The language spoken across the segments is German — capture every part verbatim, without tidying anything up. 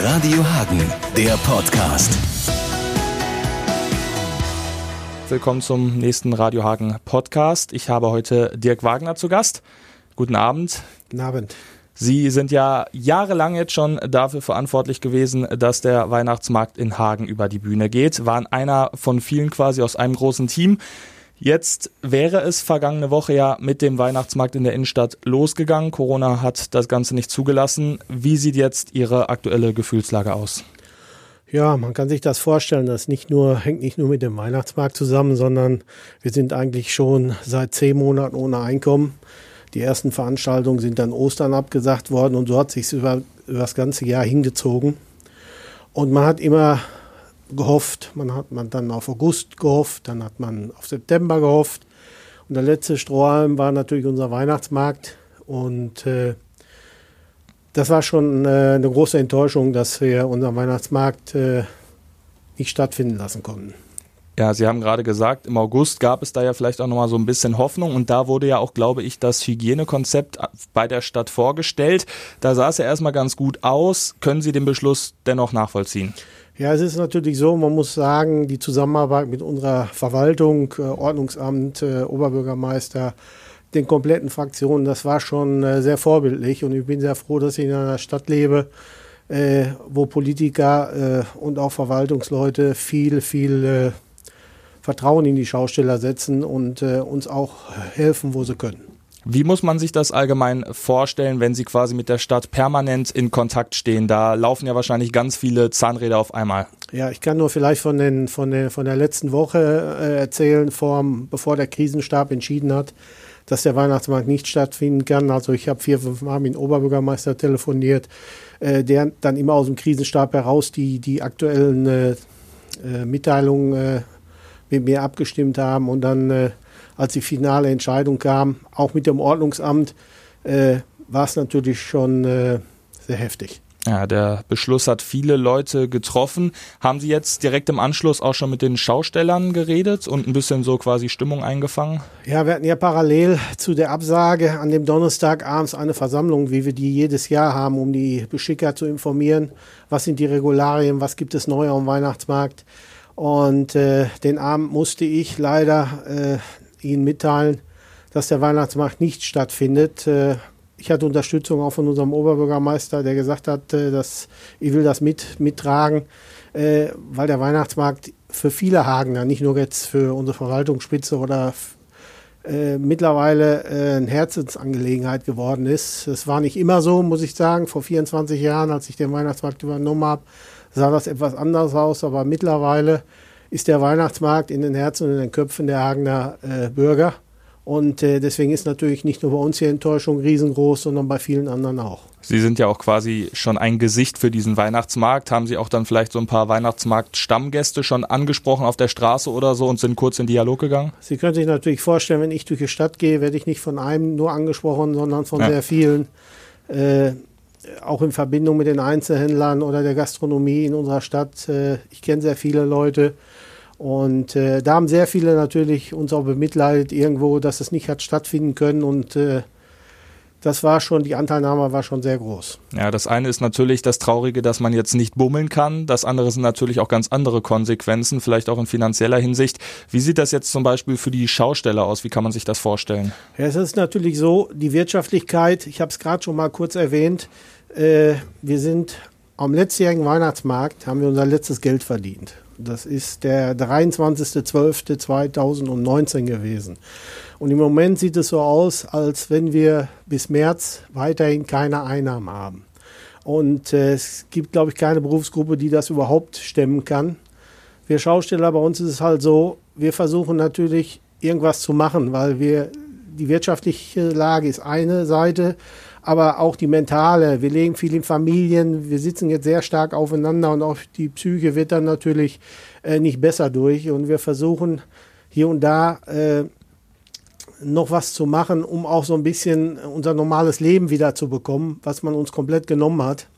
Radio Hagen, der Podcast. Willkommen zum nächsten Radio Hagen Podcast. Ich habe heute Dirk Wagner zu Gast. Guten Abend. Guten Abend. Sie sind ja jahrelang jetzt schon dafür verantwortlich gewesen, dass der Weihnachtsmarkt in Hagen über die Bühne geht. Waren einer von vielen quasi aus einem großen Team. Jetzt wäre es vergangene Woche ja mit dem Weihnachtsmarkt in der Innenstadt losgegangen. Corona hat das Ganze nicht zugelassen. Wie sieht jetzt Ihre aktuelle Gefühlslage aus? Ja, man kann sich das vorstellen, das nicht nur, hängt nicht nur mit dem Weihnachtsmarkt zusammen, sondern wir sind eigentlich schon seit zehn Monaten ohne Einkommen. Die ersten Veranstaltungen sind dann Ostern abgesagt worden und so hat sich über, über das ganze Jahr hingezogen. Und man hat immer gehofft, man hat man dann auf August gehofft, dann hat man auf September gehofft. Und der letzte Strohhalm war natürlich unser Weihnachtsmarkt. Und äh, das war schon äh, eine große Enttäuschung, dass wir unseren Weihnachtsmarkt äh, nicht stattfinden lassen konnten. Ja, Sie haben gerade gesagt, im August gab es da ja vielleicht auch nochmal so ein bisschen Hoffnung und da wurde ja auch, glaube ich, das Hygienekonzept bei der Stadt vorgestellt. Da sah es ja erstmal ganz gut aus. Können Sie den Beschluss dennoch nachvollziehen? Ja, es ist natürlich so, man muss sagen, die Zusammenarbeit mit unserer Verwaltung, äh, Ordnungsamt, äh, Oberbürgermeister, den kompletten Fraktionen, das war schon äh, sehr vorbildlich und ich bin sehr froh, dass ich in einer Stadt lebe, äh, wo Politiker äh, und auch Verwaltungsleute viel, viel äh, Vertrauen in die Schausteller setzen und äh, uns auch helfen, wo sie können. Wie muss man sich das allgemein vorstellen, wenn Sie quasi mit der Stadt permanent in Kontakt stehen? Da laufen ja wahrscheinlich ganz viele Zahnräder auf einmal. Ja, ich kann nur vielleicht von, den, von, der, von der letzten Woche äh, erzählen, vor, bevor der Krisenstab entschieden hat, dass der Weihnachtsmarkt nicht stattfinden kann. Also ich habe vier, fünf Mal mit dem Oberbürgermeister telefoniert, äh, der dann immer aus dem Krisenstab heraus die, die aktuellen äh, äh, Mitteilungen äh, mit mir abgestimmt haben und dann, äh, als die finale Entscheidung kam, auch mit dem Ordnungsamt, äh, war es natürlich schon äh, sehr heftig. Ja, der Beschluss hat viele Leute getroffen. Haben Sie jetzt direkt im Anschluss auch schon mit den Schaustellern geredet und ein bisschen so quasi Stimmung eingefangen? Ja, wir hatten ja parallel zu der Absage an dem Donnerstag abends eine Versammlung, wie wir die jedes Jahr haben, um die Beschicker zu informieren. Was sind die Regularien, was gibt es neu am Weihnachtsmarkt? Und äh, den Abend musste ich leider äh, Ihnen mitteilen, dass der Weihnachtsmarkt nicht stattfindet. Äh, ich hatte Unterstützung auch von unserem Oberbürgermeister, der gesagt hat, äh, dass ich will das mit, mittragen, äh, weil der Weihnachtsmarkt für viele Hagener, nicht nur jetzt für unsere Verwaltungsspitze oder äh, mittlerweile äh, eine Herzensangelegenheit geworden ist. Es war nicht immer so, muss ich sagen. Vor vierundzwanzig Jahren, als ich den Weihnachtsmarkt übernommen habe, sah das etwas anders aus, aber mittlerweile ist der Weihnachtsmarkt in den Herzen und in den Köpfen der Hagener äh, Bürger. Und äh, deswegen ist natürlich nicht nur bei uns die Enttäuschung riesengroß, sondern bei vielen anderen auch. Sie sind ja auch quasi schon ein Gesicht für diesen Weihnachtsmarkt. Haben Sie auch dann vielleicht so ein paar Weihnachtsmarkt-Stammgäste schon angesprochen auf der Straße oder so und sind kurz in Dialog gegangen? Sie können sich natürlich vorstellen, wenn ich durch die Stadt gehe, werde ich nicht von einem nur angesprochen, sondern von ja. sehr vielen. Äh, auch in Verbindung mit den Einzelhändlern oder der Gastronomie in unserer Stadt. Äh, ich kenne sehr viele Leute. Und äh, da haben sehr viele natürlich uns auch bemitleidet irgendwo, dass es nicht hat stattfinden können und äh, das war schon, die Anteilnahme war schon sehr groß. Ja, das eine ist natürlich das Traurige, dass man jetzt nicht bummeln kann. Das andere sind natürlich auch ganz andere Konsequenzen, vielleicht auch in finanzieller Hinsicht. Wie sieht das jetzt zum Beispiel für die Schausteller aus? Wie kann man sich das vorstellen? Ja, es ist natürlich so, die Wirtschaftlichkeit, ich habe es gerade schon mal kurz erwähnt, äh, wir sind am letztjährigen Weihnachtsmarkt, haben wir unser letztes Geld verdient. Das ist der dreiundzwanzigster zwölfter zweitausendneunzehn gewesen. Und im Moment sieht es so aus, als wenn wir bis März weiterhin keine Einnahmen haben. Und äh, es gibt, glaube ich, keine Berufsgruppe, die das überhaupt stemmen kann. Wir Schausteller, bei uns ist es halt so, wir versuchen natürlich irgendwas zu machen, weil wir, die wirtschaftliche Lage ist eine Seite, aber auch die mentale. Wir leben viel in Familien, wir sitzen jetzt sehr stark aufeinander und auch die Psyche wird dann natürlich äh, nicht besser durch. Und wir versuchen hier und da äh, noch was zu machen, um auch so ein bisschen unser normales Leben wieder zu bekommen, was man uns komplett genommen hat.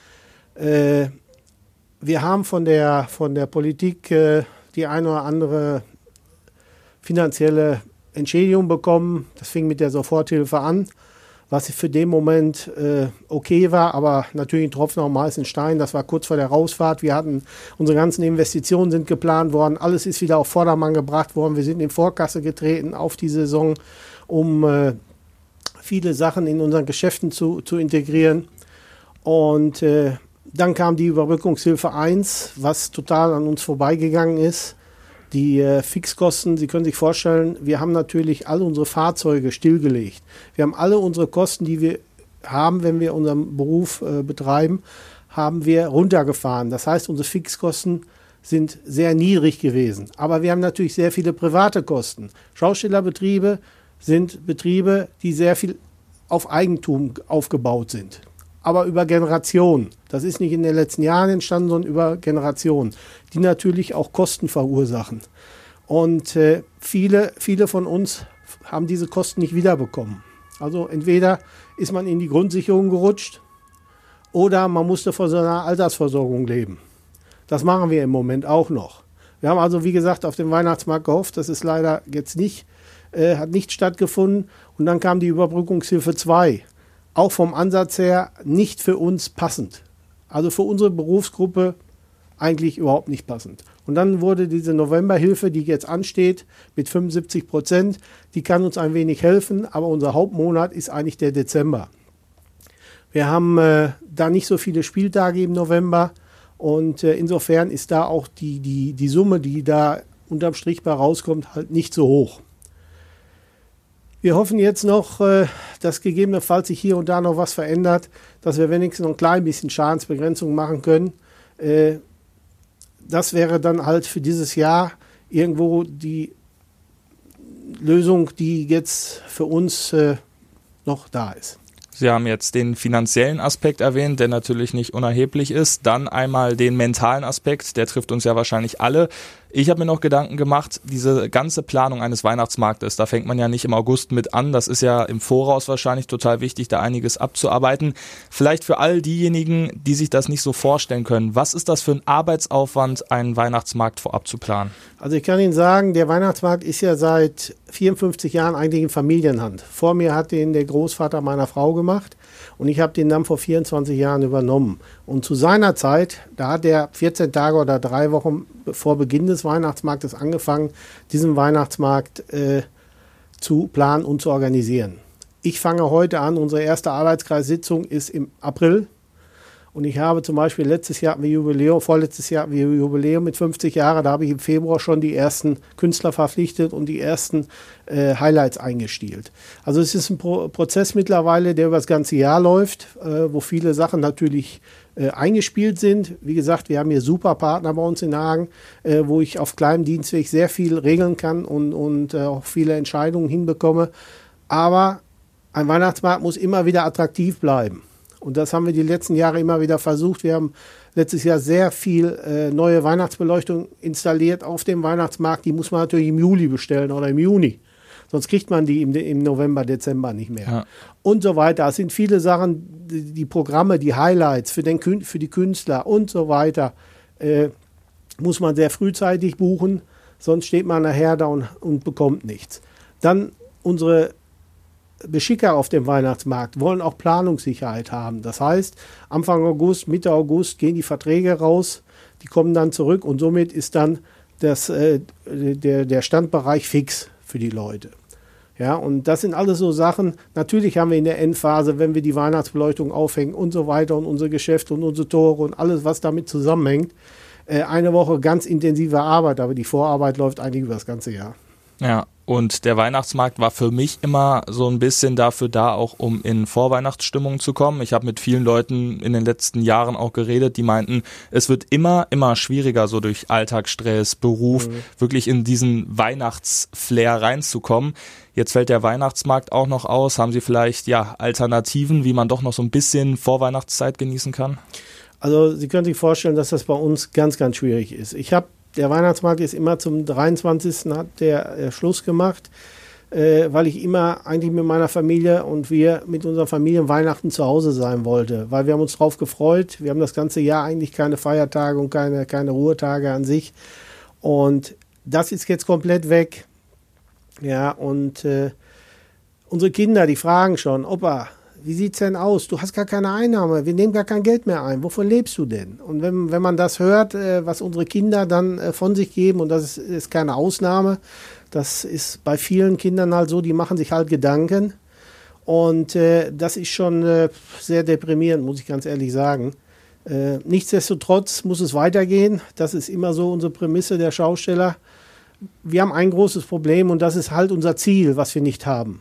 Äh, wir haben von der, von der Politik äh, die eine oder andere finanzielle Entschädigung bekommen. Das fing mit der Soforthilfe an. was für den Moment äh, okay war, aber natürlich ein Tropfen auf dem heißen Stein. Das war kurz vor der Rausfahrt. Wir hatten, unsere ganzen Investitionen sind geplant worden. Alles ist wieder auf Vordermann gebracht worden. Wir sind in Vorkasse getreten auf die Saison, um äh, viele Sachen in unseren Geschäften zu, zu integrieren. Und äh, dann kam die Überbrückungshilfe eins, was total an uns vorbeigegangen ist. Die äh, Fixkosten, Sie können sich vorstellen, wir haben natürlich alle unsere Fahrzeuge stillgelegt. Wir haben alle unsere Kosten, die wir haben, wenn wir unseren Beruf äh, betreiben, haben wir runtergefahren. Das heißt, unsere Fixkosten sind sehr niedrig gewesen. Aber wir haben natürlich sehr viele private Kosten. Schaustellerbetriebe sind Betriebe, die sehr viel auf Eigentum aufgebaut sind. Aber über Generationen. Das ist nicht in den letzten Jahren entstanden, sondern über Generationen, die natürlich auch Kosten verursachen. Und äh, viele, viele von uns haben diese Kosten nicht wiederbekommen. Also entweder ist man in die Grundsicherung gerutscht oder man musste von so einer Altersversorgung leben. Das machen wir im Moment auch noch. Wir haben also, wie gesagt, auf dem Weihnachtsmarkt gehofft. Das ist leider jetzt nicht, äh, hat nicht stattgefunden. Und dann kam die Überbrückungshilfe zwei. Auch vom Ansatz her nicht für uns passend. Also für unsere Berufsgruppe eigentlich überhaupt nicht passend. Und dann wurde diese Novemberhilfe, die jetzt ansteht, mit fünfundsiebzig Prozent, die kann uns ein wenig helfen, aber unser Hauptmonat ist eigentlich der Dezember. Wir haben äh, da nicht so viele Spieltage im November und äh, insofern ist da auch die, die, die Summe, die da unterm Strich bei rauskommt, halt nicht so hoch. Wir hoffen jetzt noch, dass gegebenenfalls sich hier und da noch was verändert, dass wir wenigstens noch ein klein bisschen Schadensbegrenzung machen können. Das wäre dann halt für dieses Jahr irgendwo die Lösung, die jetzt für uns noch da ist. Sie haben jetzt den finanziellen Aspekt erwähnt, der natürlich nicht unerheblich ist. Dann einmal den mentalen Aspekt, der trifft uns ja wahrscheinlich alle. Ich habe mir noch Gedanken gemacht, diese ganze Planung eines Weihnachtsmarktes, da fängt man ja nicht im August mit an. Das ist ja im Voraus wahrscheinlich total wichtig, da einiges abzuarbeiten. Vielleicht für all diejenigen, die sich das nicht so vorstellen können. Was ist das für ein Arbeitsaufwand, einen Weihnachtsmarkt vorab zu planen? Also ich kann Ihnen sagen, der Weihnachtsmarkt ist ja seit vierundfünfzig Jahren eigentlich in Familienhand. Vor mir hat den der Großvater meiner Frau gemacht und ich habe den dann vor vierundzwanzig Jahren übernommen. Und zu seiner Zeit, da hat er vierzehn Tage oder drei Wochen vor Beginn des Weihnachtsmarktes angefangen, diesen Weihnachtsmarkt äh, zu planen und zu organisieren. Ich fange heute an, unsere erste Arbeitskreissitzung ist im April. Und ich habe zum Beispiel letztes Jahr ein Jubiläum, vorletztes Jahr ein Jubiläum mit fünfzig Jahren, da habe ich im Februar schon die ersten Künstler verpflichtet und die ersten äh, Highlights eingestielt. Also es ist ein Pro- Prozess mittlerweile, der über das ganze Jahr läuft, äh, wo viele Sachen natürlich äh, eingespielt sind. Wie gesagt, wir haben hier super Partner bei uns in Hagen, äh, wo ich auf kleinem Dienstweg sehr viel regeln kann und, und äh, auch viele Entscheidungen hinbekomme. Aber ein Weihnachtsmarkt muss immer wieder attraktiv bleiben. Und das haben wir die letzten Jahre immer wieder versucht. Wir haben letztes Jahr sehr viel äh, neue Weihnachtsbeleuchtung installiert auf dem Weihnachtsmarkt. Die muss man natürlich im Juli bestellen oder im Juni. Sonst kriegt man die im, im November, Dezember nicht mehr. Ja. Und so weiter. Es sind viele Sachen, die, die Programme, die Highlights für, den, für die Künstler und so weiter, äh, muss man sehr frühzeitig buchen. Sonst steht man nachher da und, und bekommt nichts. Dann unsere Beschicker auf dem Weihnachtsmarkt wollen auch Planungssicherheit haben. Das heißt, Anfang August, Mitte August gehen die Verträge raus, die kommen dann zurück und somit ist dann das, äh, der, der Standbereich fix für die Leute. Ja, und das sind alles so Sachen. Natürlich haben wir in der Endphase, wenn wir die Weihnachtsbeleuchtung aufhängen und so weiter und unsere Geschäfte und unsere Tore und alles, was damit zusammenhängt, äh, eine Woche ganz intensive Arbeit, aber die Vorarbeit läuft eigentlich über das ganze Jahr. Ja, und der Weihnachtsmarkt war für mich immer so ein bisschen dafür da, auch um in Vorweihnachtsstimmung zu kommen. Ich habe mit vielen Leuten in den letzten Jahren auch geredet, die meinten, es wird immer, immer schwieriger, so durch Alltagsstress, Beruf, mhm. wirklich in diesen Weihnachtsflair reinzukommen. Jetzt fällt der Weihnachtsmarkt auch noch aus. Haben Sie vielleicht ja Alternativen, wie man doch noch so ein bisschen Vorweihnachtszeit genießen kann? Also Sie können sich vorstellen, dass das bei uns ganz, ganz schwierig ist. Ich habe Der Weihnachtsmarkt ist immer zum dreiundzwanzigsten hat der äh, Schluss gemacht, äh, weil ich immer eigentlich mit meiner Familie und wir mit unserer Familie Weihnachten zu Hause sein wollte, weil wir haben uns drauf gefreut. Wir haben das ganze Jahr eigentlich keine Feiertage und keine, keine Ruhetage an sich. Und das ist jetzt komplett weg. Ja, und äh, unsere Kinder, die fragen schon, Opa, wie sieht es denn aus? Du hast gar keine Einnahme, wir nehmen gar kein Geld mehr ein. Wovon lebst du denn? Und wenn, wenn man das hört, äh, was unsere Kinder dann äh, von sich geben, und das ist, ist keine Ausnahme, das ist bei vielen Kindern halt so, die machen sich halt Gedanken. Und äh, das ist schon äh, sehr deprimierend, muss ich ganz ehrlich sagen. Äh, nichtsdestotrotz muss es weitergehen. Das ist immer so unsere Prämisse der Schausteller. Wir haben ein großes Problem und das ist halt unser Ziel, was wir nicht haben.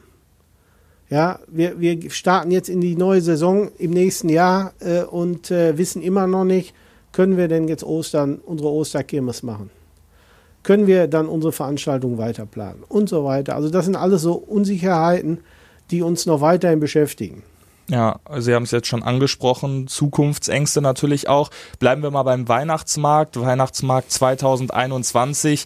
Ja, wir, wir starten jetzt in die neue Saison im nächsten Jahr äh, und äh, wissen immer noch nicht, können wir denn jetzt Ostern unsere Osterkirmes machen? Können wir dann unsere Veranstaltung weiterplanen und so weiter. Also das sind alles so Unsicherheiten, die uns noch weiterhin beschäftigen. Ja, Sie haben es jetzt schon angesprochen, Zukunftsängste natürlich auch. Bleiben wir mal beim Weihnachtsmarkt, Weihnachtsmarkt zwanzig einundzwanzig.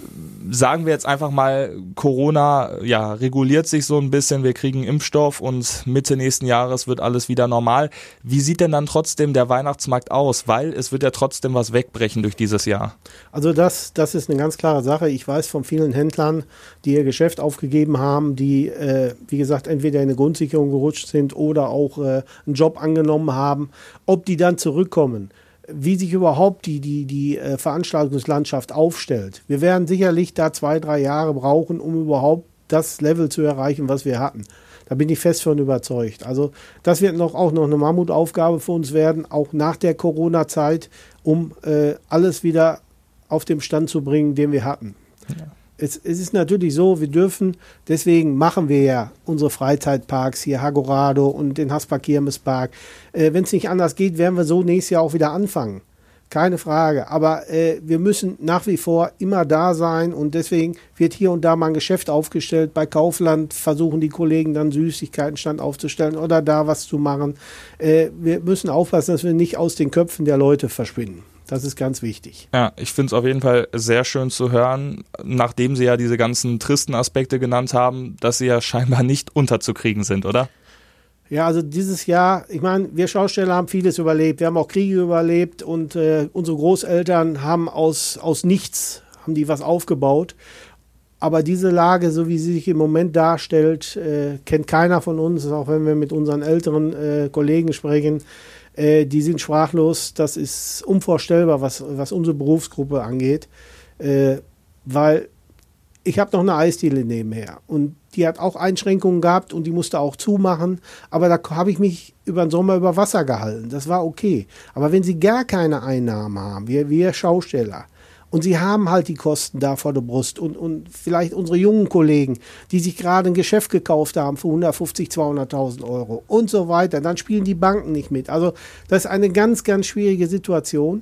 Sagen wir jetzt einfach mal, Corona ja, reguliert sich so ein bisschen, wir kriegen Impfstoff und Mitte nächsten Jahres wird alles wieder normal. Wie sieht denn dann trotzdem der Weihnachtsmarkt aus? Weil es wird ja trotzdem was wegbrechen durch dieses Jahr. Also das, das ist eine ganz klare Sache. Ich weiß von vielen Händlern, die ihr Geschäft aufgegeben haben, die, äh, wie gesagt, entweder in eine Grundsicherung gerutscht sind oder auch äh, einen Job angenommen haben, ob die dann zurückkommen. Wie sich überhaupt die, die, die äh, Veranstaltungslandschaft aufstellt. Wir werden sicherlich da zwei, drei Jahre brauchen, um überhaupt das Level zu erreichen, was wir hatten. Da bin ich fest von überzeugt. Also das wird noch, auch noch eine Mammutaufgabe für uns werden, auch nach der Corona-Zeit, um äh, alles wieder auf den Stand zu bringen, den wir hatten. Ja. Es, es ist natürlich so, wir dürfen, deswegen machen wir ja unsere Freizeitparks hier, Hagorado und den Haspa-Kirmespark. Äh, Wenn es nicht anders geht, werden wir so nächstes Jahr auch wieder anfangen. Keine Frage. Aber äh, wir müssen nach wie vor immer da sein und deswegen wird hier und da mal ein Geschäft aufgestellt. Bei Kaufland versuchen die Kollegen dann Süßigkeitenstand aufzustellen oder da was zu machen. Äh, wir müssen aufpassen, dass wir nicht aus den Köpfen der Leute verschwinden. Das ist ganz wichtig. Ja, ich finde es auf jeden Fall sehr schön zu hören, nachdem Sie ja diese ganzen tristen Aspekte genannt haben, dass Sie ja scheinbar nicht unterzukriegen sind, oder? Ja, also dieses Jahr, ich meine, wir Schausteller haben vieles überlebt. Wir haben auch Kriege überlebt und äh, unsere Großeltern haben aus, aus nichts, haben die was aufgebaut. Aber diese Lage, so wie sie sich im Moment darstellt, äh, kennt keiner von uns, auch wenn wir mit unseren älteren äh, Kollegen sprechen. Äh, die sind sprachlos. Das ist unvorstellbar, was, was unsere Berufsgruppe angeht. Äh, weil ich habe noch eine Eisdiele nebenher und die hat auch Einschränkungen gehabt und die musste auch zumachen. Aber da habe ich mich über den Sommer über Wasser gehalten. Das war okay. Aber wenn sie gar keine Einnahmen haben, wir, wir Schausteller, und sie haben halt die Kosten da vor der Brust und, und vielleicht unsere jungen Kollegen, die sich gerade ein Geschäft gekauft haben für hundertfünfzig, zweihunderttausend Euro und so weiter, dann spielen die Banken nicht mit. Also das ist eine ganz, ganz schwierige Situation,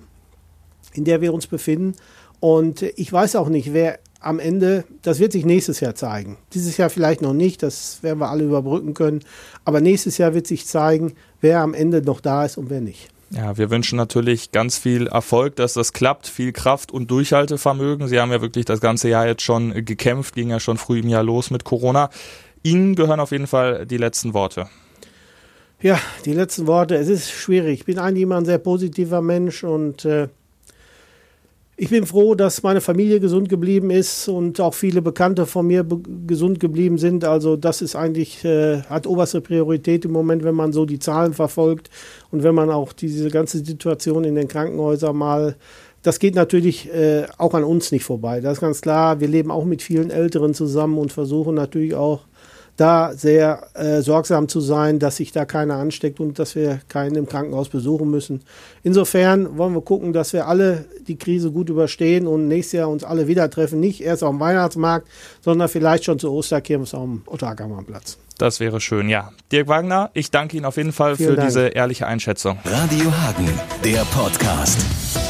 in der wir uns befinden. Und ich weiß auch nicht, wer am Ende, das wird sich nächstes Jahr zeigen. Dieses Jahr vielleicht noch nicht, das werden wir alle überbrücken können. Aber nächstes Jahr wird sich zeigen, wer am Ende noch da ist und wer nicht. Ja, wir wünschen natürlich ganz viel Erfolg, dass das klappt, viel Kraft und Durchhaltevermögen. Sie haben ja wirklich das ganze Jahr jetzt schon gekämpft, ging ja schon früh im Jahr los mit Corona. Ihnen gehören auf jeden Fall die letzten Worte. Ja, die letzten Worte. Es ist schwierig. Ich bin eigentlich immer ein sehr positiver Mensch und äh, ich bin froh, dass meine Familie gesund geblieben ist und auch viele Bekannte von mir be- gesund geblieben sind. Also das ist eigentlich, äh, hat oberste Priorität im Moment, wenn man so die Zahlen verfolgt und wenn man auch diese ganze Situation in den Krankenhäusern mal, das geht natürlich äh, auch an uns nicht vorbei. Das ist ganz klar. Wir leben auch mit vielen Älteren zusammen und versuchen natürlich auch da sehr äh, sorgsam zu sein, dass sich da keiner ansteckt und dass wir keinen im Krankenhaus besuchen müssen. Insofern wollen wir gucken, dass wir alle die Krise gut überstehen und nächstes Jahr uns alle wieder treffen. Nicht erst auf dem Weihnachtsmarkt, sondern vielleicht schon zur Osterkirmes am Otto-Ackermann-Platz. Das wäre schön, ja. Dirk Wagner, ich danke Ihnen auf jeden Fall Vielen für Dank. Diese ehrliche Einschätzung. Radio Hagen, der Podcast.